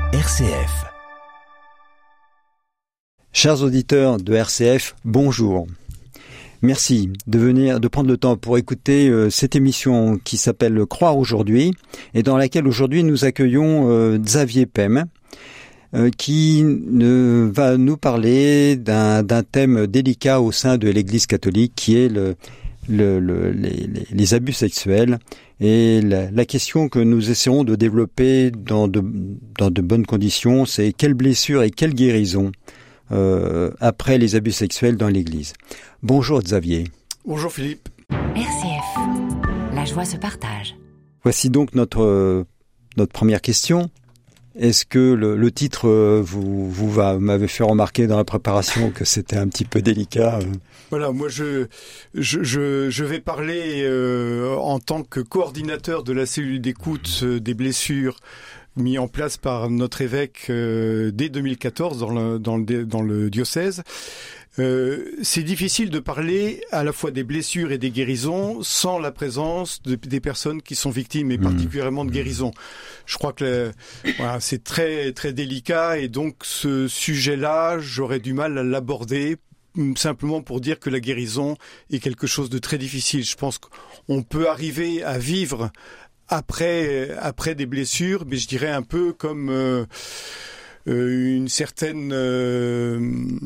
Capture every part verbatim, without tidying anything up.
R C F. Chers auditeurs de R C F, bonjour. Merci de venir, de prendre le temps pour écouter euh, cette émission qui s'appelle Croire aujourd'hui et dans laquelle aujourd'hui nous accueillons euh, Xavier Pem euh, qui ne, va nous parler d'un, d'un thème délicat au sein de l'Église catholique qui est le, le, le, les, les, les abus sexuels et la, la question que nous essaierons de développer dans de, dans de bonnes conditions, c'est quelle blessure et quelle guérison euh, après les abus sexuels dans l'Église. Bonjour Xavier. Bonjour Philippe. R C F, la joie se partage. Voici donc notre, euh, notre première question. Est-ce que le, le titre euh, vous, vous va, vous m'avez fait remarquer dans la préparation que c'était un petit peu délicat euh. Voilà, moi je, je, je, je vais parler euh, en tant que coordinateur de la cellule d'écoute euh, des blessures mis en place par notre évêque euh, dès deux mille quatorze dans le, dans le, dans le diocèse. Euh, c'est difficile de parler à la fois des blessures et des guérisons sans la présence de, des personnes qui sont victimes et particulièrement de guérisons. Je crois que le, voilà, c'est très très délicat et donc ce sujet-là, j'aurais du mal à l'aborder simplement pour dire que la guérison est quelque chose de très difficile. Je pense qu'on peut arriver à vivre après après des blessures, mais je dirais un peu comme euh, euh, une certaine euh,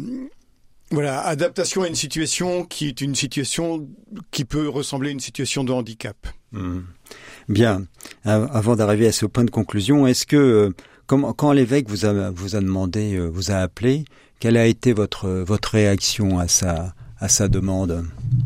Voilà, adaptation à une situation qui est une situation qui peut ressembler à une situation de handicap. Mmh. Bien. Avant d'arriver à ce point de conclusion, est-ce que quand, quand l'évêque vous a vous a demandé, vous a appelé, quelle a été votre votre réaction à sa à sa demande ?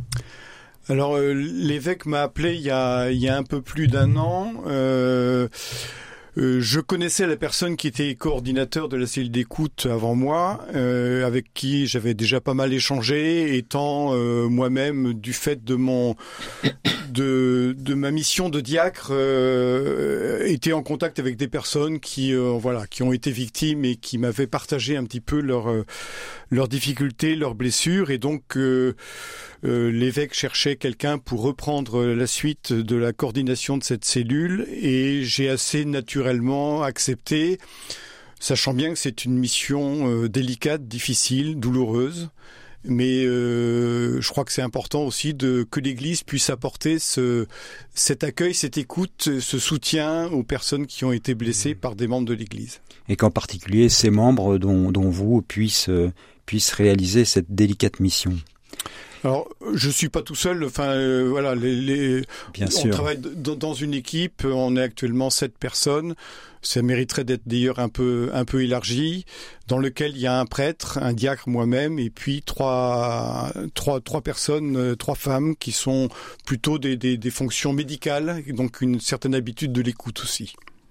Alors euh, l'évêque m'a appelé il y a il y a un peu plus d'un an. Euh, Euh, je connaissais la personne qui était coordinateur de la cellule d'écoute avant moi, euh, avec qui j'avais déjà pas mal échangé, étant euh, moi-même du fait de mon de de ma mission de diacre, euh, était en contact avec des personnes qui euh, voilà qui ont été victimes et qui m'avaient partagé un petit peu leurs euh, leurs difficultés, leurs blessures, et donc euh, Euh, l'évêque cherchait quelqu'un pour reprendre la suite de la coordination de cette cellule et j'ai assez naturellement accepté, sachant bien que c'est une mission euh, délicate, difficile, douloureuse. Mais euh, je crois que c'est important aussi de, que l'Église puisse apporter ce, cet accueil, cette écoute, ce soutien aux personnes qui ont été blessées par des membres de l'Église. Et qu'en particulier ces membres dont, dont vous puissent, puissent réaliser cette délicate mission. Alors, je suis pas tout seul. Enfin, euh, voilà, les, les Bien on sûr. travaille d- dans une équipe. On est actuellement sept personnes. Ça mériterait d'être d'ailleurs un peu un peu élargi, dans lequel il y a un prêtre, un diacre, moi-même, et puis trois trois trois personnes, euh, trois femmes qui sont plutôt des, des des fonctions médicales, et donc une certaine habitude de l'écoute aussi.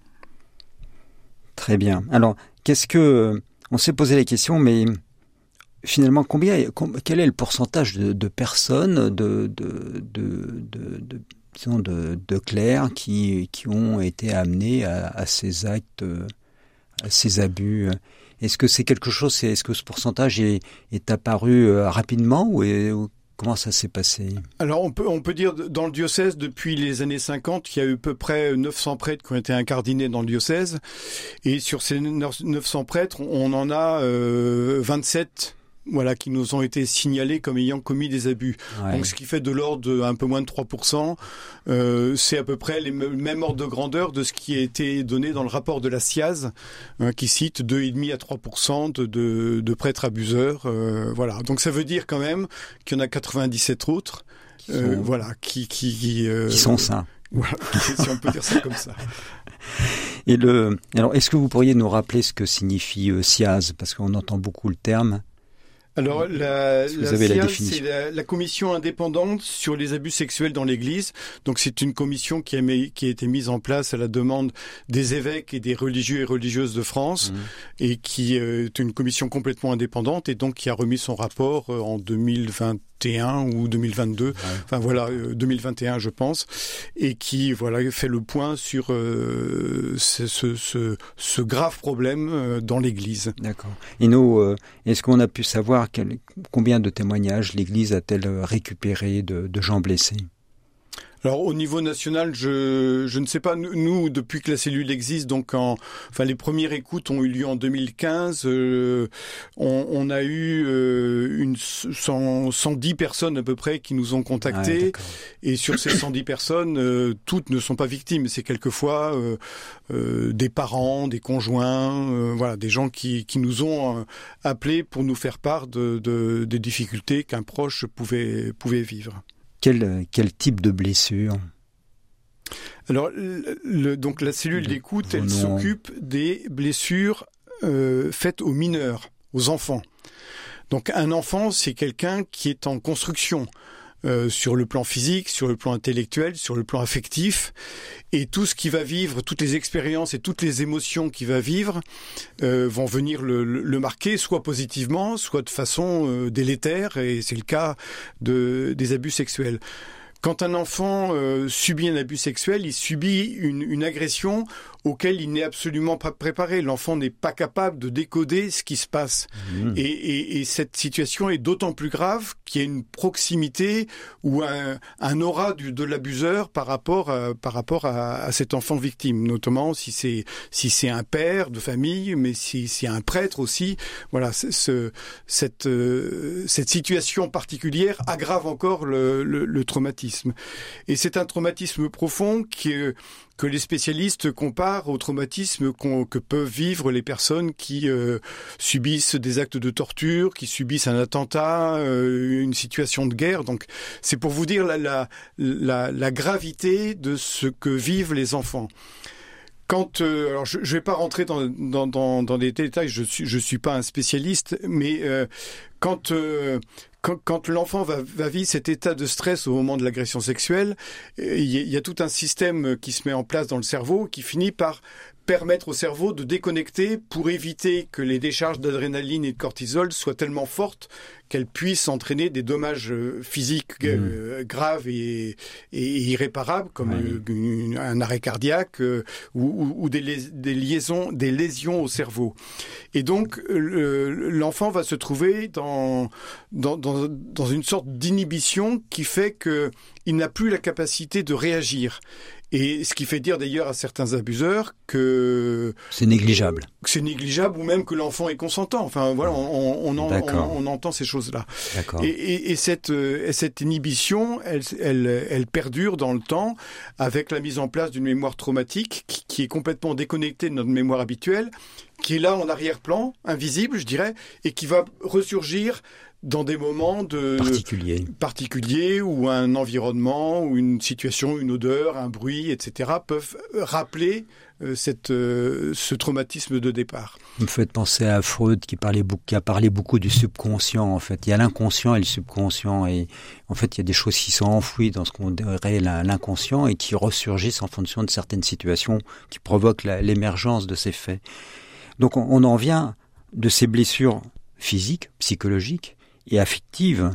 Très bien. Alors, qu'est-ce que on s'est posé la question, mais finalement, combien, quel est le pourcentage de, de personnes, de, de, de, de, de, disons de, de clercs qui, qui ont été amenés à, à ces actes, à ces abus ? Est-ce que c'est quelque chose, est-ce que ce pourcentage est, est apparu rapidement ou, est, ou comment ça s'est passé ? Alors, on peut, on peut dire, dans le diocèse, depuis les années cinquante, il y a eu à peu près neuf cents prêtres qui ont été incardinés dans le diocèse. Et sur ces neuf cents prêtres, on en a euh, vingt-sept voilà, qui nous ont été signalés comme ayant commis des abus. Ouais. Donc, ce qui fait de l'ordre de un peu moins de trois pour cent. Euh, c'est à peu près les m- même ordre de grandeur de ce qui a été donné dans le rapport de la C I A Z, hein, qui cite deux virgule cinq à trois pour cent de, de, de prêtres abuseurs. Euh, voilà. Donc, ça veut dire quand même qu'il y en a quatre-vingt-dix-sept autres, qui sont, euh, voilà, qui, qui, qui, euh, qui sont sains. Voilà, si on peut dire ça comme ça. Et le, alors, est-ce que vous pourriez nous rappeler ce que signifie euh, C I A Z ? Parce qu'on entend beaucoup le terme. Alors, la, vous la avez C I A, la définition. c'est la, la commission indépendante sur les abus sexuels dans l'Église. Donc, c'est une commission qui a, mis, qui a été mise en place à la demande des évêques et des religieux et religieuses de France, mmh. et qui euh, est une commission complètement indépendante et donc qui a remis son rapport euh, en deux mille vingt et un ou deux mille vingt-deux, ouais. enfin voilà, euh, deux mille vingt et un je pense, et qui voilà fait le point sur euh, ce, ce, ce, ce grave problème euh, dans l'Église. D'accord. Et nous, euh, est-ce qu'on a pu savoir quel, combien de témoignages l'Église a-t-elle récupéré de, de gens blessés ? Alors au niveau national, je je ne sais pas. Nous, depuis que la cellule existe, donc en, enfin les premières écoutes ont eu lieu en deux mille quinze. Euh, on, on a eu euh, une cent, cent dix personnes à peu près qui nous ont contactés. Ah, et sur ces cent dix personnes, euh, toutes ne sont pas victimes. C'est quelquefois euh, euh, des parents, des conjoints, euh, voilà, des gens qui qui nous ont euh, appelés pour nous faire part de, de des difficultés qu'un proche pouvait pouvait vivre. Quel, quel type de blessure ? Alors, le, le, donc la cellule d'écoute, elle s'occupe des blessures euh, faites aux mineurs, aux enfants. Donc, un enfant, c'est quelqu'un qui est en construction euh, sur le plan physique, sur le plan intellectuel, sur le plan affectif, et tout ce qu'il va vivre, toutes les expériences et toutes les émotions qu'il va vivre euh, vont venir le, le, le marquer, soit positivement, soit de façon euh, délétère, et c'est le cas de, des abus sexuels. Quand un enfant euh, subit un abus sexuel, il subit une, une agression auquel il n'est absolument pas préparé. L'enfant n'est pas capable de décoder ce qui se passe. Mmh. Et, et, et cette situation est d'autant plus grave qu'il y a une proximité ou un, un aura du, de l'abuseur par rapport, à, par rapport à, à cet enfant victime, notamment si c'est, si c'est un père de famille, mais si c'est un prêtre aussi. Voilà, ce, cette, euh, cette situation particulière aggrave encore le, le, le traumatisme. Et c'est un traumatisme profond qui est, que les spécialistes comparent au traumatisme qu'on, que peuvent vivre les personnes qui euh, subissent des actes de torture, qui subissent un attentat, euh, une situation de guerre. Donc, c'est pour vous dire la, la, la, la gravité de ce que vivent les enfants. Quand, euh, alors je ne vais pas rentrer dans, dans, dans, dans des détails, je suis, je suis pas un spécialiste, mais euh, quand, euh, quand, quand l'enfant va, va vivre cet état de stress au moment de l'agression sexuelle, il y, y a tout un système qui se met en place dans le cerveau qui finit par permettre au cerveau de déconnecter pour éviter que les décharges d'adrénaline et de cortisol soient tellement fortes qu'elles puissent entraîner des dommages physiques mmh. euh, graves et, et irréparables, comme oui. une, un arrêt cardiaque euh, ou, ou des, lais, des liaisons, des lésions au cerveau. Et donc, le, l'enfant va se trouver dans, dans, dans, dans une sorte d'inhibition qui fait que il n'a plus la capacité de réagir. Et ce qui fait dire d'ailleurs à certains abuseurs que c'est négligeable. Que c'est négligeable ou même que l'enfant est consentant. Enfin voilà, on, on, on, on, on entend ces choses-là. D'accord. Et, et, et cette, et cette inhibition, elle, elle, elle perdure dans le temps avec la mise en place d'une mémoire traumatique qui, qui est complètement déconnectée de notre mémoire habituelle, qui est là en arrière-plan, invisible, je dirais, et qui va ressurgir dans des moments de particuliers, particuliers où un environnement, ou une situation, une odeur, un bruit, et cetera peuvent rappeler euh, cette, euh, ce traumatisme de départ. Vous me faites penser à Freud qui parlait beaucoup, qui a parlé beaucoup du subconscient. En fait, il y a l'inconscient et le subconscient, et en fait, il y a des choses qui sont enfouies dans ce qu'on dirait l'inconscient et qui ressurgissent en fonction de certaines situations qui provoquent la, l'émergence de ces faits. Donc, on, on en vient de ces blessures physiques, psychologiques et affectives,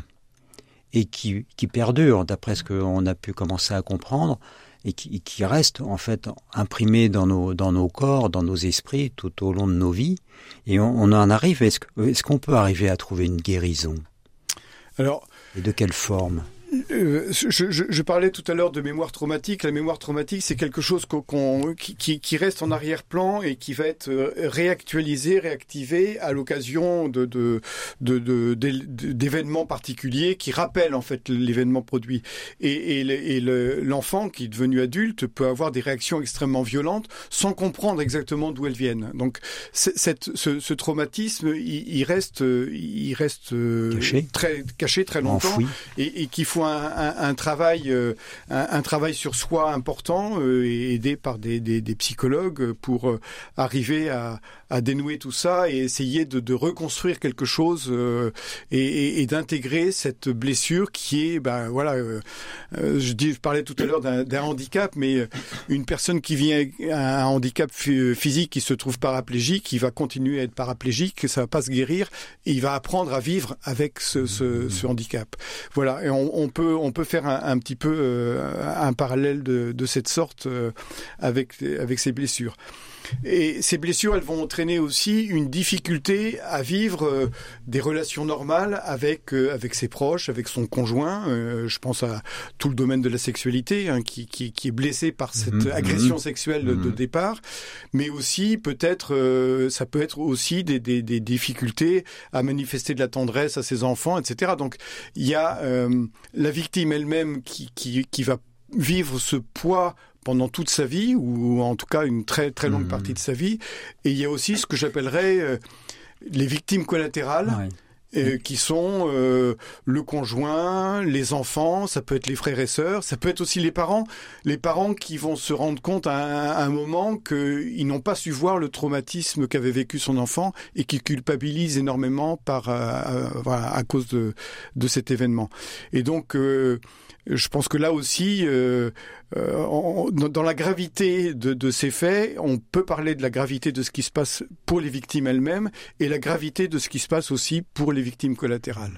et qui, qui perdurent, d'après ce qu'on a pu commencer à comprendre, et qui, qui restent en fait imprimées dans nos, dans nos corps, dans nos esprits, tout au long de nos vies. Et on, on en arrive, est-ce, est-ce qu'on peut arriver à trouver une guérison ? Alors, et de quelle forme ? Euh, je, je, je parlais tout à l'heure de mémoire traumatique. La mémoire traumatique, c'est quelque chose qu'on, qu'on, qui, qui reste en arrière-plan et qui va être réactualisé, réactivé à l'occasion de, de, de, de, de, d'événements particuliers qui rappellent en fait l'événement produit. Et, et, le, et le, l'enfant qui est devenu adulte peut avoir des réactions extrêmement violentes sans comprendre exactement d'où elles viennent. Donc cette, ce, ce traumatisme, il, il reste, il reste caché. très caché très longtemps, enfoui. et, et qu'il faut Un, un, un travail, euh, un, un travail sur soi important, euh, et aidé par des, des, des psychologues pour euh, arriver à, à dénouer tout ça et essayer de, de reconstruire quelque chose euh, et, et, et d'intégrer cette blessure qui est, ben voilà, euh, euh, je, dis, je parlais tout à l'heure d'un, d'un handicap, mais une personne qui vient avec un handicap f- physique qui se trouve paraplégique, il va continuer à être paraplégique, ça va pas se guérir, et il va apprendre à vivre avec ce, ce, ce handicap. Voilà, et on, on On peut, on peut faire un, un petit peu euh, un parallèle de, de cette sorte euh, avec, avec ces blessures. et ces blessures, elles vont entraîner aussi une difficulté à vivre euh, des relations normales avec euh, avec ses proches, avec son conjoint. Euh, je pense à tout le domaine de la sexualité, hein, qui, qui qui est blessé par cette mmh, agression mmh, sexuelle de, de départ, mais aussi peut-être euh, ça peut être aussi des, des des difficultés à manifester de la tendresse à ses enfants, et cetera. Donc il y a euh, la victime elle-même qui qui qui va vivre ce poids pendant toute sa vie, ou en tout cas une très très longue mmh. partie de sa vie. Et il y a aussi ce que j'appellerais euh, les victimes collatérales, ouais. euh, mmh. qui sont euh, le conjoint, les enfants, ça peut être les frères et sœurs, ça peut être aussi les parents. Les parents qui vont se rendre compte à un, à un moment qu'ils n'ont pas su voir le traumatisme qu'avait vécu son enfant et qui culpabilisent énormément par, euh, euh, voilà, à cause de, de cet événement. Et donc... Euh, Je pense que là aussi, euh, euh, on, dans la gravité de, de ces faits, on peut parler de la gravité de ce qui se passe pour les victimes elles-mêmes et la gravité de ce qui se passe aussi pour les victimes collatérales.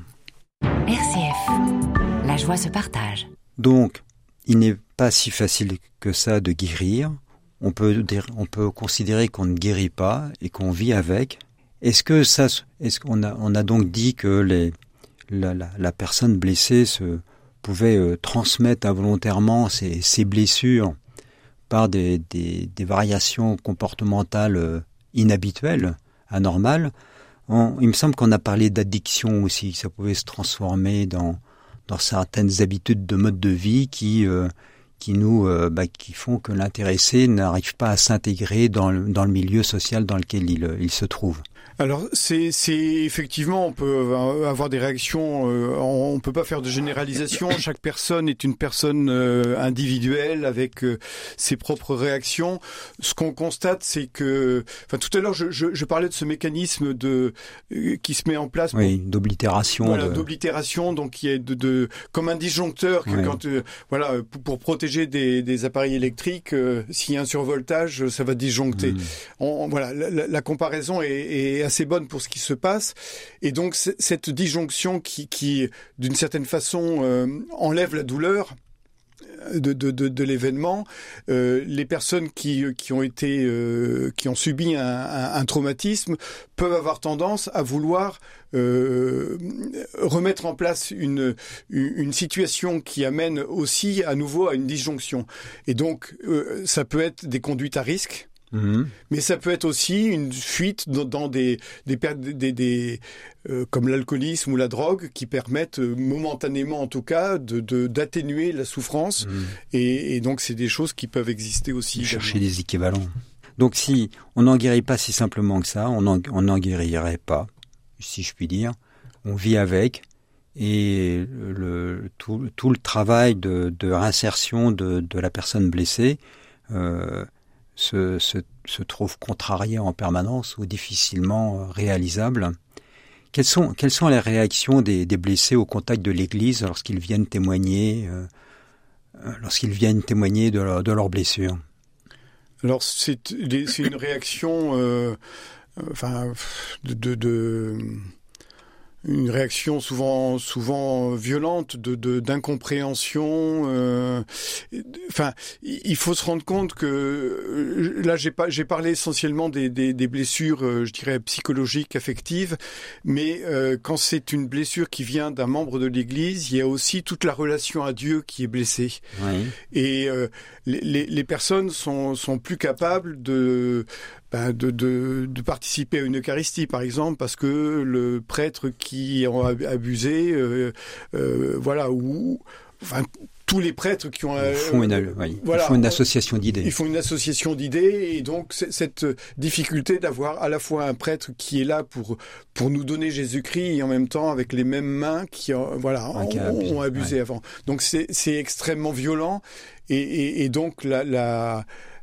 R C F, la joie se partage. Donc, il n'est pas si facile que ça de guérir. On peut, dire, on peut considérer qu'on ne guérit pas et qu'on vit avec. Est-ce que ça, est-ce qu'on a, on a donc dit que les, la, la, la personne blessée se pouvait euh, transmettre involontairement ces, ces blessures par des, des, des variations comportementales euh, inhabituelles, anormales. On, il me semble qu'on a parlé d'addiction aussi, que ça pouvait se transformer dans, dans certaines habitudes de mode de vie qui, euh, qui, nous, euh, bah, qui font que l'intéressé n'arrive pas à s'intégrer dans le, dans le milieu social dans lequel il, il se trouve. Alors c'est c'est effectivement on peut avoir des réactions, euh, on peut pas faire de généralisation. Chaque personne est une personne euh, individuelle avec euh, ses propres réactions. Ce qu'on constate, c'est que, enfin tout à l'heure je, je, je parlais de ce mécanisme de euh, qui se met en place. Pour, oui, d'oblitération. Voilà, de... d'oblitération, donc qui est de, de comme un disjoncteur que oui. quand euh, voilà pour, pour protéger des, des appareils électriques, euh, s'il y a un survoltage, ça va disjoncter. Mmh. On, voilà, la, la comparaison est, est assez bonne pour ce qui se passe, et donc cette disjonction qui, qui d'une certaine façon euh, enlève la douleur de, de, de, de l'événement. Euh, les personnes qui, qui ont été euh, qui ont subi un, un, un traumatisme peuvent avoir tendance à vouloir euh, remettre en place une, une situation qui amène aussi à nouveau à une disjonction, et donc euh, ça peut être des conduites à risque. Mmh. Mais ça peut être aussi une fuite dans, dans des, des, des, des euh, comme l'alcoolisme ou la drogue qui permettent euh, momentanément en tout cas de, de, d'atténuer la souffrance. Mmh. Et, et donc c'est des choses qui peuvent exister aussi. Chercher des équivalents. Donc si on n'en guérit pas si simplement que ça, on n'en guérirait pas, si je puis dire. On vit avec. Et le, tout, tout le travail de, de réinsertion de, de la personne blessée euh, Se, se, se trouve contrarié en permanence ou difficilement réalisable. Quelles sont, quelles sont les réactions des, des blessés au contact de l'Église lorsqu'ils viennent témoigner, euh, lorsqu'ils viennent témoigner de, leur, de leurs blessures? Alors c'est, c'est une réaction, euh, enfin, de, de, de une réaction souvent souvent violente de, de d'incompréhension. Euh, enfin, il faut se rendre compte que là j'ai pas j'ai parlé essentiellement des des, des blessures, euh, je dirais psychologiques, affectives, mais euh, quand c'est une blessure qui vient d'un membre de l'Église, il y a aussi toute la relation à Dieu qui est blessée. Oui. Et euh, les, les les personnes sont sont plus capables de Ben de, de, de participer à une Eucharistie, par exemple, parce que le prêtre qui en a abusé, euh, euh, voilà, ou enfin tous les prêtres qui ont ils font une, euh, oui, voilà, ils font une association d'idées. Ils font une association d'idées, et donc cette difficulté d'avoir à la fois un prêtre qui est là pour pour nous donner Jésus-Christ et en même temps avec les mêmes mains qui voilà ont, qui abusé, ont abusé ouais. avant. Donc c'est c'est extrêmement violent, et, et, et donc la la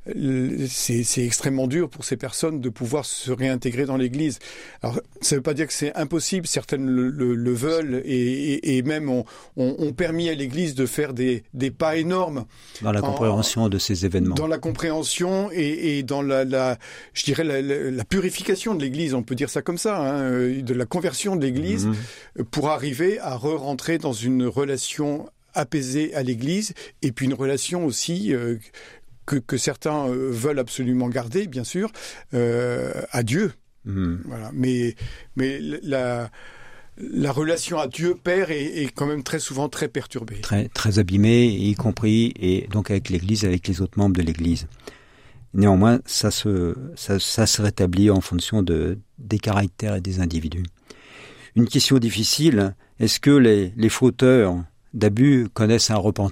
C'est, c'est extrêmement dur pour ces personnes de pouvoir se réintégrer dans l'Église. Alors, ça ne veut pas dire que c'est impossible. Certaines le, le, le veulent, et, et, et même ont, ont, ont permis à l'Église de faire des, des pas énormes dans la compréhension en, de ces événements. Dans la compréhension et, et dans la, la, je dirais la, la, la purification de l'Église. On peut dire ça comme ça, hein, de la conversion de l'Église, mmh. pour arriver à re-rentrer dans une relation apaisée à l'Église, et puis une relation aussi. Euh, que, que certains euh, veulent absolument garder, bien sûr, euh, à Dieu. Mmh. Voilà. Mais, mais la, la relation à Dieu Père est, est quand même très souvent très perturbée. Très, très abîmée, y compris, et donc avec l'Église, avec les autres membres de l'Église. Néanmoins, ça se, ça, ça se rétablit en fonction de, des caractères et des individus. Une question difficile, est-ce que les, les fauteurs d'abus connaissent un repentir ?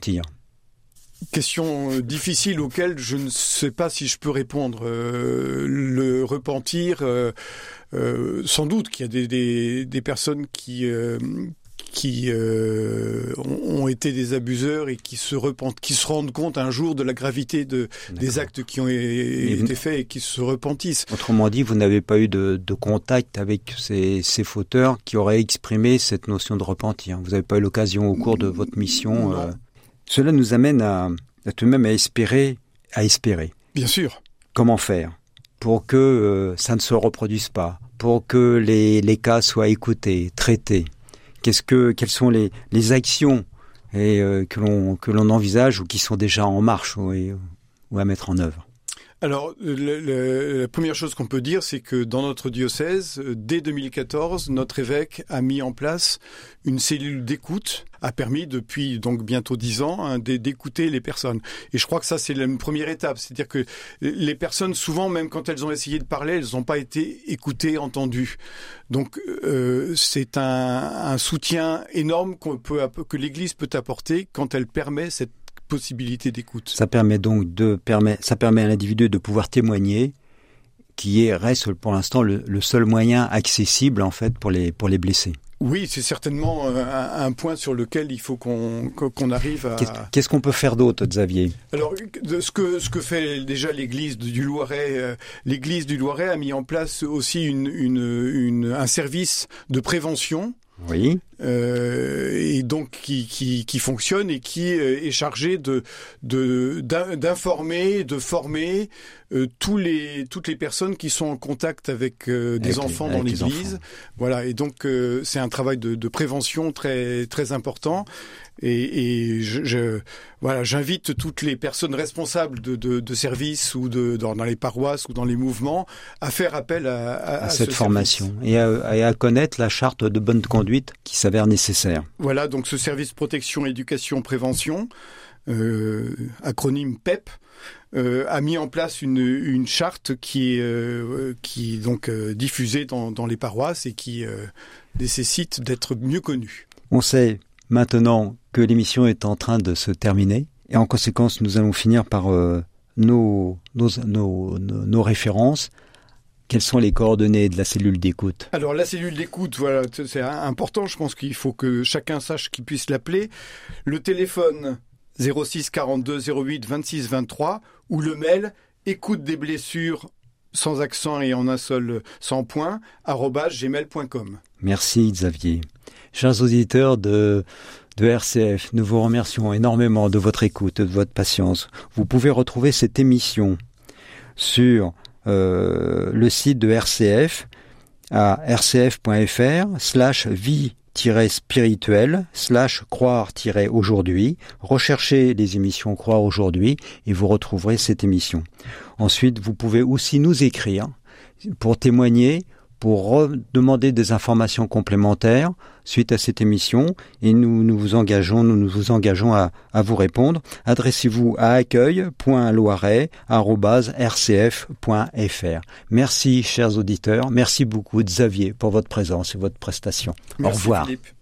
Question difficile auquel je ne sais pas si je peux répondre. Euh, le repentir, euh, euh, sans doute qu'il y a des, des, des personnes qui, euh, qui euh, ont été des abuseurs et qui se repentent, qui se rendent compte un jour de la gravité de, des actes qui ont é- été faits et qui se repentissent. Autrement dit, vous n'avez pas eu de, de contact avec ces, ces fauteurs qui auraient exprimé cette notion de repentir. Vous n'avez pas eu l'occasion au cours de votre mission. Euh, cela nous amène à, à tout de même à espérer, à espérer. Bien sûr. Comment faire pour que euh, ça ne se reproduise pas, pour que les, les cas soient écoutés, traités? Qu'est-ce que, quelles sont les, les actions et, euh, que l'on, que l'on envisage ou qui sont déjà en marche ou, et, ou à mettre en œuvre? Alors, le, le, la première chose qu'on peut dire, c'est que dans notre diocèse, dès deux mille quatorze, notre évêque a mis en place une cellule d'écoute, a permis depuis donc bientôt dix ans hein, d'écouter les personnes. Et je crois que ça, c'est la première étape. C'est-à-dire que les personnes, souvent, même quand elles ont essayé de parler, elles n'ont pas été écoutées, entendues. Donc, euh, c'est un, un soutien énorme qu'on peut, que l'Église peut apporter quand elle permet cette possibilité d'écoute. Ça permet donc de permet, ça permet à l'individu de pouvoir témoigner, qui est reste pour l'instant le, le seul moyen accessible en fait pour les pour les blessés. Oui, c'est certainement un, un point sur lequel il faut qu'on qu'on arrive à. Qu'est-ce, qu'est-ce qu'on peut faire d'autre, Xavier ? Alors, de ce que ce que fait déjà l'Église du Loiret, euh, l'Église du Loiret a mis en place aussi une une, une un service de prévention. Oui. Euh, et donc qui, qui, qui fonctionne et qui est chargé de, de, d'informer, de former euh, tous les, toutes les personnes qui sont en contact avec euh, des avec enfants les, dans l'Église. Voilà, et donc euh, c'est un travail de, de prévention très, très important. Et, et je, je, voilà, j'invite toutes les personnes responsables de, de, de services ou de, dans, dans les paroisses ou dans les mouvements à faire appel à, à, à, à cette ce formation et à, et à connaître la charte de bonne conduite qui s'avère nécessaire. Voilà, donc ce service protection, éducation, prévention, euh, acronyme P E P, euh, a mis en place une, une charte qui est, euh, qui est donc euh, diffusée dans, dans les paroisses et qui euh, nécessite d'être mieux connue. On sait maintenant que l'émission est en train de se terminer et en conséquence nous allons finir par euh, nos, nos, nos, nos, nos références. Quelles sont les coordonnées de la cellule d'écoute ? Alors la cellule d'écoute, voilà, c'est important, je pense qu'il faut que chacun sache qu'il puisse l'appeler. Le téléphone zéro six quarante-deux zéro huit vingt-six vingt-trois ou le mail écoute des blessures sans accent et en un seul sans point arobase gmail point com. Merci Xavier. Chers auditeurs de, de R C F, nous vous remercions énormément de votre écoute, de votre patience. Vous pouvez retrouver cette émission sur euh, le site de R C F à rcf.fr slash vie-spirituelle slash croire-aujourd'hui. Recherchez les émissions Croire aujourd'hui et vous retrouverez cette émission. Ensuite, vous pouvez aussi nous écrire pour témoigner, pour demander des informations complémentaires suite à cette émission et nous nous vous engageons, nous nous vous engageons à, à vous répondre. Adressez-vous à accueil point loiret arobase r c f point f r. Merci chers auditeurs, merci beaucoup Xavier pour votre présence et votre prestation. Merci, au revoir. Philippe.